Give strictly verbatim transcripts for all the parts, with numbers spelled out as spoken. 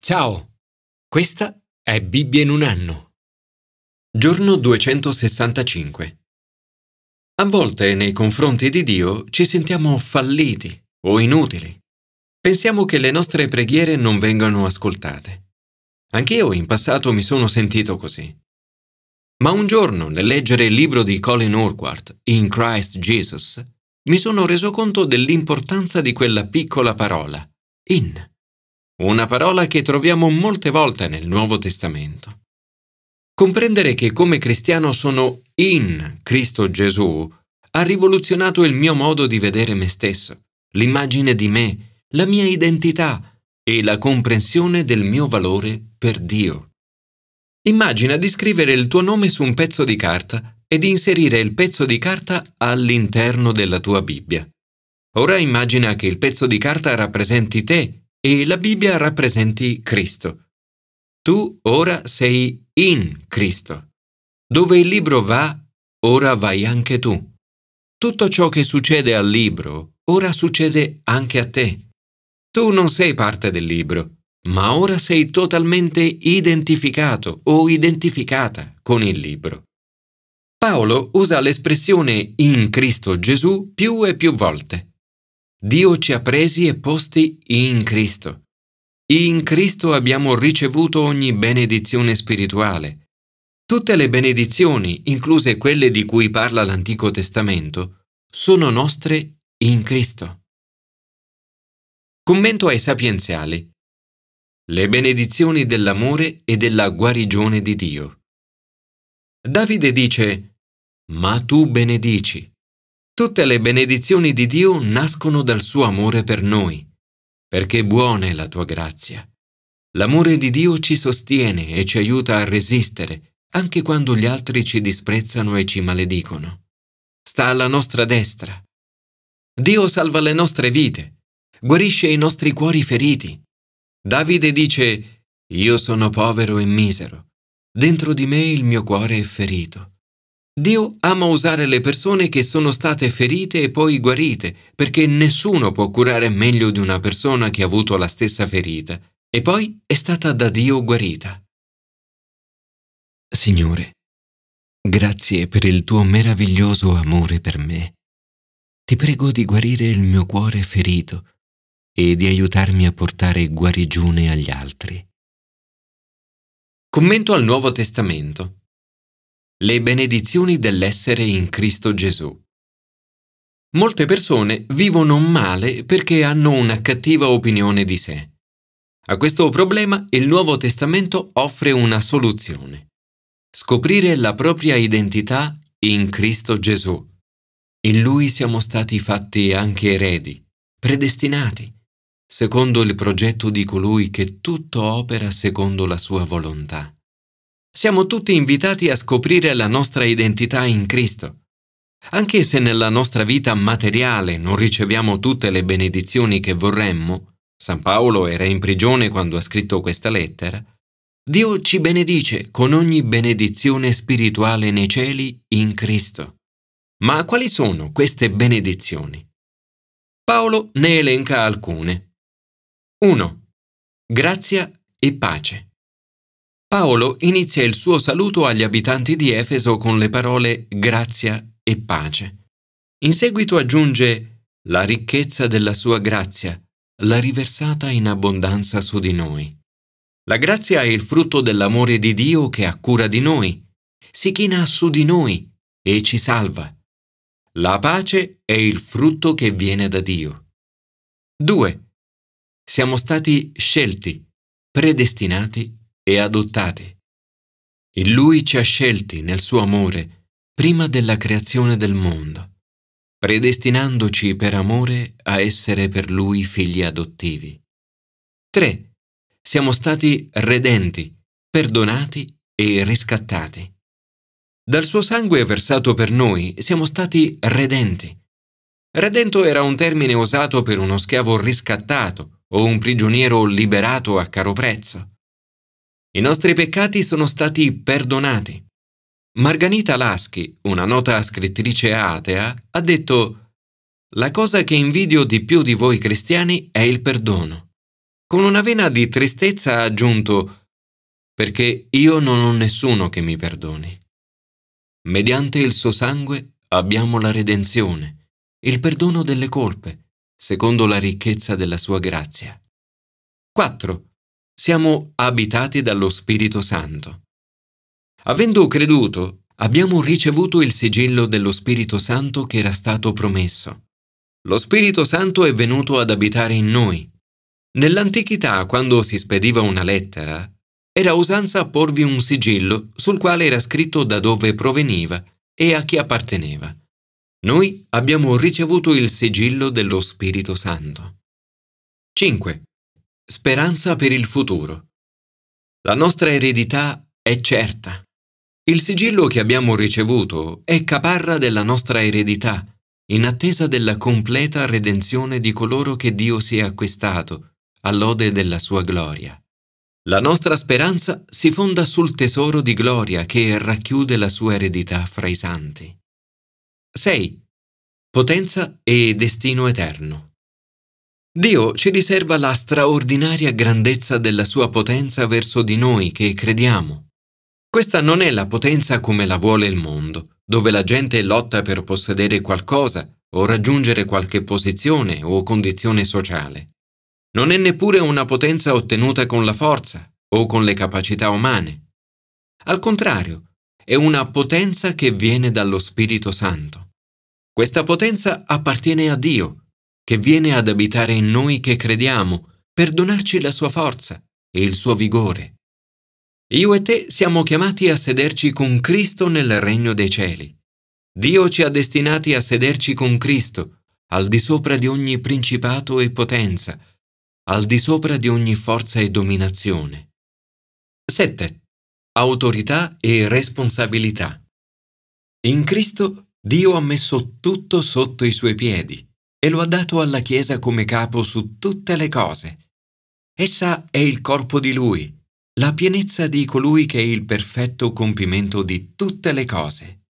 Ciao, questa è Bibbia in un anno. Giorno duecentosessantacinque. A volte nei confronti di Dio ci sentiamo falliti o inutili. Pensiamo che le nostre preghiere non vengano ascoltate. Anch'io in passato mi sono sentito così. Ma un giorno, nel leggere il libro di Colin Urquhart, In Christ Jesus, mi sono reso conto dell'importanza di quella piccola parola, in. Una parola che troviamo molte volte nel Nuovo Testamento. Comprendere che come cristiano sono in Cristo Gesù ha rivoluzionato il mio modo di vedere me stesso, l'immagine di me, la mia identità e la comprensione del mio valore per Dio. Immagina di scrivere il tuo nome su un pezzo di carta e di inserire il pezzo di carta all'interno della tua Bibbia. Ora immagina che il pezzo di carta rappresenti te e la Bibbia rappresenti Cristo. Tu ora sei in Cristo. Dove il libro va, ora vai anche tu. Tutto ciò che succede al libro, ora succede anche a te. Tu non sei parte del libro, ma ora sei totalmente identificato o identificata con il libro. Paolo usa l'espressione in Cristo Gesù più e più volte. Dio ci ha presi e posti in Cristo. In Cristo abbiamo ricevuto ogni benedizione spirituale. Tutte le benedizioni, incluse quelle di cui parla l'Antico Testamento, sono nostre in Cristo. Commento ai sapienziali. Le benedizioni dell'amore e della guarigione di Dio. Davide dice: «Ma tu benedici». Tutte le benedizioni di Dio nascono dal suo amore per noi, perché buona è la tua grazia. L'amore di Dio ci sostiene e ci aiuta a resistere, anche quando gli altri ci disprezzano e ci maledicono. Sta alla nostra destra. Dio salva le nostre vite, guarisce i nostri cuori feriti. Davide dice: «Io sono povero e misero. Dentro di me il mio cuore è ferito». Dio ama usare le persone che sono state ferite e poi guarite, perché nessuno può curare meglio di una persona che ha avuto la stessa ferita e poi è stata da Dio guarita. Signore, grazie per il tuo meraviglioso amore per me. Ti prego di guarire il mio cuore ferito e di aiutarmi a portare guarigione agli altri. Commento al Nuovo Testamento. Le benedizioni dell'essere in Cristo Gesù. Molte persone vivono male perché hanno una cattiva opinione di sé. A questo problema il Nuovo Testamento offre una soluzione: scoprire la propria identità in Cristo Gesù. In Lui siamo stati fatti anche eredi, predestinati, secondo il progetto di colui che tutto opera secondo la sua volontà. Siamo tutti invitati a scoprire la nostra identità in Cristo. Anche se nella nostra vita materiale non riceviamo tutte le benedizioni che vorremmo, San Paolo era in prigione quando ha scritto questa lettera, Dio ci benedice con ogni benedizione spirituale nei cieli in Cristo. Ma quali sono queste benedizioni? Paolo ne elenca alcune. uno. Grazia e pace. Paolo inizia il suo saluto agli abitanti di Efeso con le parole grazia e pace. In seguito aggiunge la ricchezza della sua grazia, la riversata in abbondanza su di noi. La grazia è il frutto dell'amore di Dio che ha cura di noi, si china su di noi e ci salva. La pace è il frutto che viene da Dio. due. Siamo stati scelti, predestinati e adottati. In Lui ci ha scelti nel suo amore prima della creazione del mondo, predestinandoci per amore a essere per Lui figli adottivi. tre. Siamo stati redenti, perdonati e riscattati. Dal suo sangue versato per noi siamo stati redenti. Redento era un termine usato per uno schiavo riscattato o un prigioniero liberato a caro prezzo. I nostri peccati sono stati perdonati. Marghanita Laschi, una nota scrittrice atea, ha detto: «La cosa che invidio di più di voi cristiani è il perdono. Con una vena di tristezza ha aggiunto: perché io non ho nessuno che mi perdoni. Mediante il suo sangue abbiamo la redenzione, il perdono delle colpe, secondo la ricchezza della sua grazia. quattro. Siamo abitati dallo Spirito Santo. Avendo creduto, abbiamo ricevuto il sigillo dello Spirito Santo che era stato promesso. Lo Spirito Santo è venuto ad abitare in noi. Nell'antichità, quando si spediva una lettera, era usanza porvi un sigillo sul quale era scritto da dove proveniva e a chi apparteneva. Noi abbiamo ricevuto il sigillo dello Spirito Santo. cinque. Speranza per il futuro. La nostra eredità è certa. Il sigillo che abbiamo ricevuto è caparra della nostra eredità, in attesa della completa redenzione di coloro che Dio si è acquistato, all'ode della sua gloria. La nostra speranza si fonda sul tesoro di gloria che racchiude la sua eredità fra i santi. sei. Potenza e destino eterno. Dio ci riserva la straordinaria grandezza della sua potenza verso di noi che crediamo. Questa non è la potenza come la vuole il mondo, dove la gente lotta per possedere qualcosa o raggiungere qualche posizione o condizione sociale. Non è neppure una potenza ottenuta con la forza o con le capacità umane. Al contrario, è una potenza che viene dallo Spirito Santo. Questa potenza appartiene a Dio, che viene ad abitare in noi che crediamo, per donarci la sua forza e il suo vigore. Io e te siamo chiamati a sederci con Cristo nel regno dei cieli. Dio ci ha destinati a sederci con Cristo, al di sopra di ogni principato e potenza, al di sopra di ogni forza e dominazione. sette. Autorità e responsabilità. In Cristo Dio ha messo tutto sotto i suoi piedi e lo ha dato alla Chiesa come capo su tutte le cose. Essa è il corpo di Lui, la pienezza di colui che è il perfetto compimento di tutte le cose.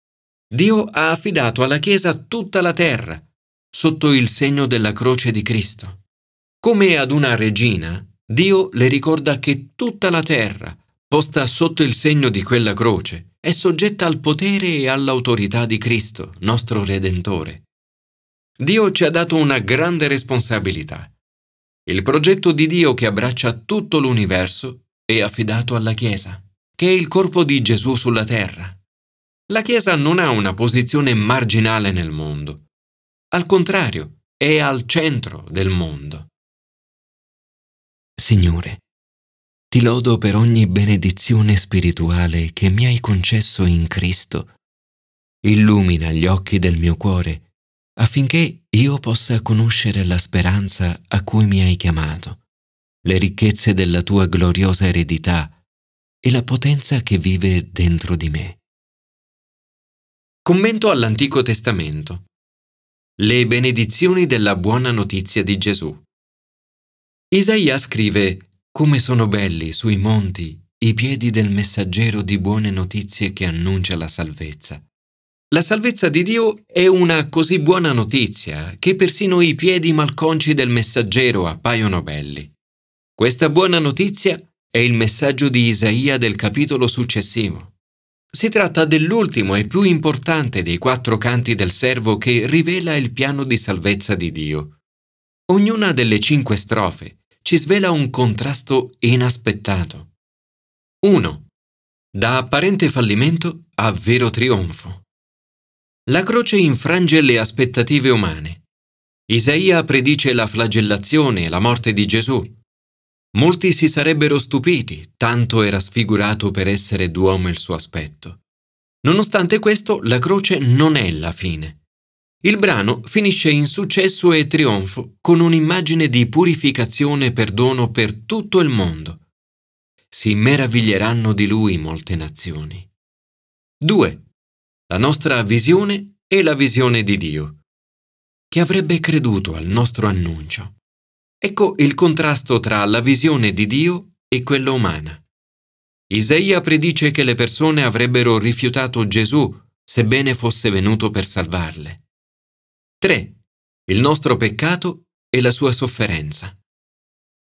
Dio ha affidato alla Chiesa tutta la terra, sotto il segno della croce di Cristo. Come ad una regina, Dio le ricorda che tutta la terra, posta sotto il segno di quella croce, è soggetta al potere e all'autorità di Cristo, nostro Redentore. Dio ci ha dato una grande responsabilità. Il progetto di Dio che abbraccia tutto l'universo è affidato alla Chiesa, che è il corpo di Gesù sulla terra. La Chiesa non ha una posizione marginale nel mondo. Al contrario, è al centro del mondo. Signore, ti lodo per ogni benedizione spirituale che mi hai concesso in Cristo. Illumina gli occhi del mio cuore affinché io possa conoscere la speranza a cui mi hai chiamato, le ricchezze della tua gloriosa eredità e la potenza che vive dentro di me. Commento all'Antico Testamento. Le benedizioni della buona notizia di Gesù. Isaia scrive: come sono belli sui monti i piedi del messaggero di buone notizie che annuncia la salvezza. La salvezza di Dio è una così buona notizia che persino i piedi malconci del messaggero appaiono belli. Questa buona notizia è il messaggio di Isaia del capitolo successivo. Si tratta dell'ultimo e più importante dei quattro canti del servo che rivela il piano di salvezza di Dio. Ognuna delle cinque strofe ci svela un contrasto inaspettato. uno. Da apparente fallimento a vero trionfo. La croce infrange le aspettative umane. Isaia predice la flagellazione e la morte di Gesù. Molti si sarebbero stupiti, tanto era sfigurato per essere d'uomo il suo aspetto. Nonostante questo, la croce non è la fine. Il brano finisce in successo e trionfo con un'immagine di purificazione e perdono per tutto il mondo. Si meraviglieranno di lui molte nazioni. due. La nostra visione è la visione di Dio. Chi avrebbe creduto al nostro annuncio? Ecco il contrasto tra la visione di Dio e quella umana. Isaia predice che le persone avrebbero rifiutato Gesù sebbene fosse venuto per salvarle. tre. Il nostro peccato e la sua sofferenza.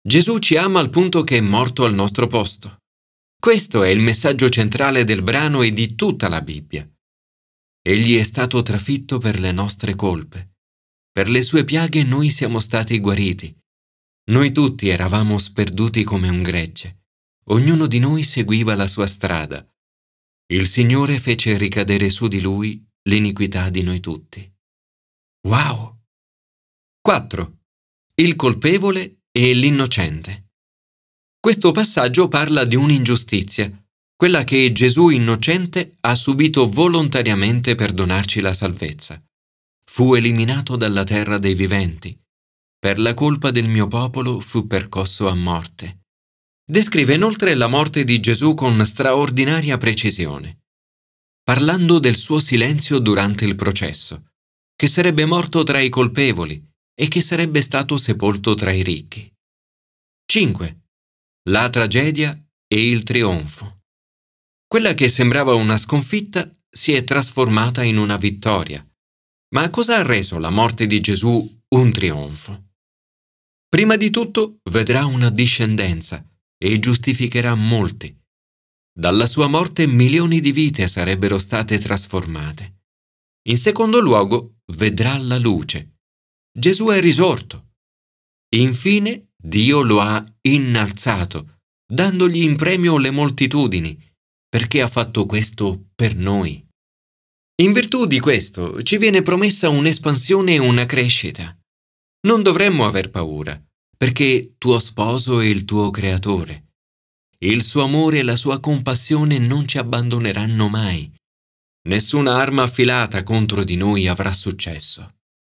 Gesù ci ama al punto che è morto al nostro posto. Questo è il messaggio centrale del brano e di tutta la Bibbia. Egli è stato trafitto per le nostre colpe. Per le sue piaghe noi siamo stati guariti. Noi tutti eravamo sperduti come un gregge. Ognuno di noi seguiva la sua strada. Il Signore fece ricadere su di lui l'iniquità di noi tutti. Wow! quattro. Il colpevole e l'innocente. Questo passaggio parla di un'ingiustizia, quella che Gesù innocente ha subito volontariamente per donarci la salvezza. Fu eliminato dalla terra dei viventi. Per la colpa del mio popolo fu percosso a morte. Descrive inoltre la morte di Gesù con straordinaria precisione, parlando del suo silenzio durante il processo, che sarebbe morto tra i colpevoli e che sarebbe stato sepolto tra i ricchi. cinque. La tragedia e il trionfo. Quella che sembrava una sconfitta si è trasformata in una vittoria. Ma cosa ha reso la morte di Gesù un trionfo? Prima di tutto vedrà una discendenza e giustificherà molti. Dalla sua morte milioni di vite sarebbero state trasformate. In secondo luogo vedrà la luce. Gesù è risorto. Infine Dio lo ha innalzato, dandogli in premio le moltitudini, perché ha fatto questo per noi. In virtù di questo ci viene promessa un'espansione e una crescita. Non dovremmo aver paura, perché tuo sposo è il tuo creatore. Il suo amore e la sua compassione non ci abbandoneranno mai. Nessuna arma affilata contro di noi avrà successo.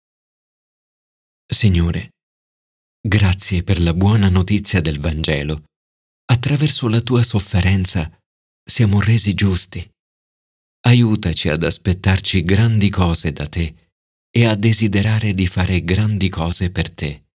Signore, grazie per la buona notizia del Vangelo. Attraverso la tua sofferenza siamo resi giusti. Aiutaci ad aspettarci grandi cose da te e a desiderare di fare grandi cose per te.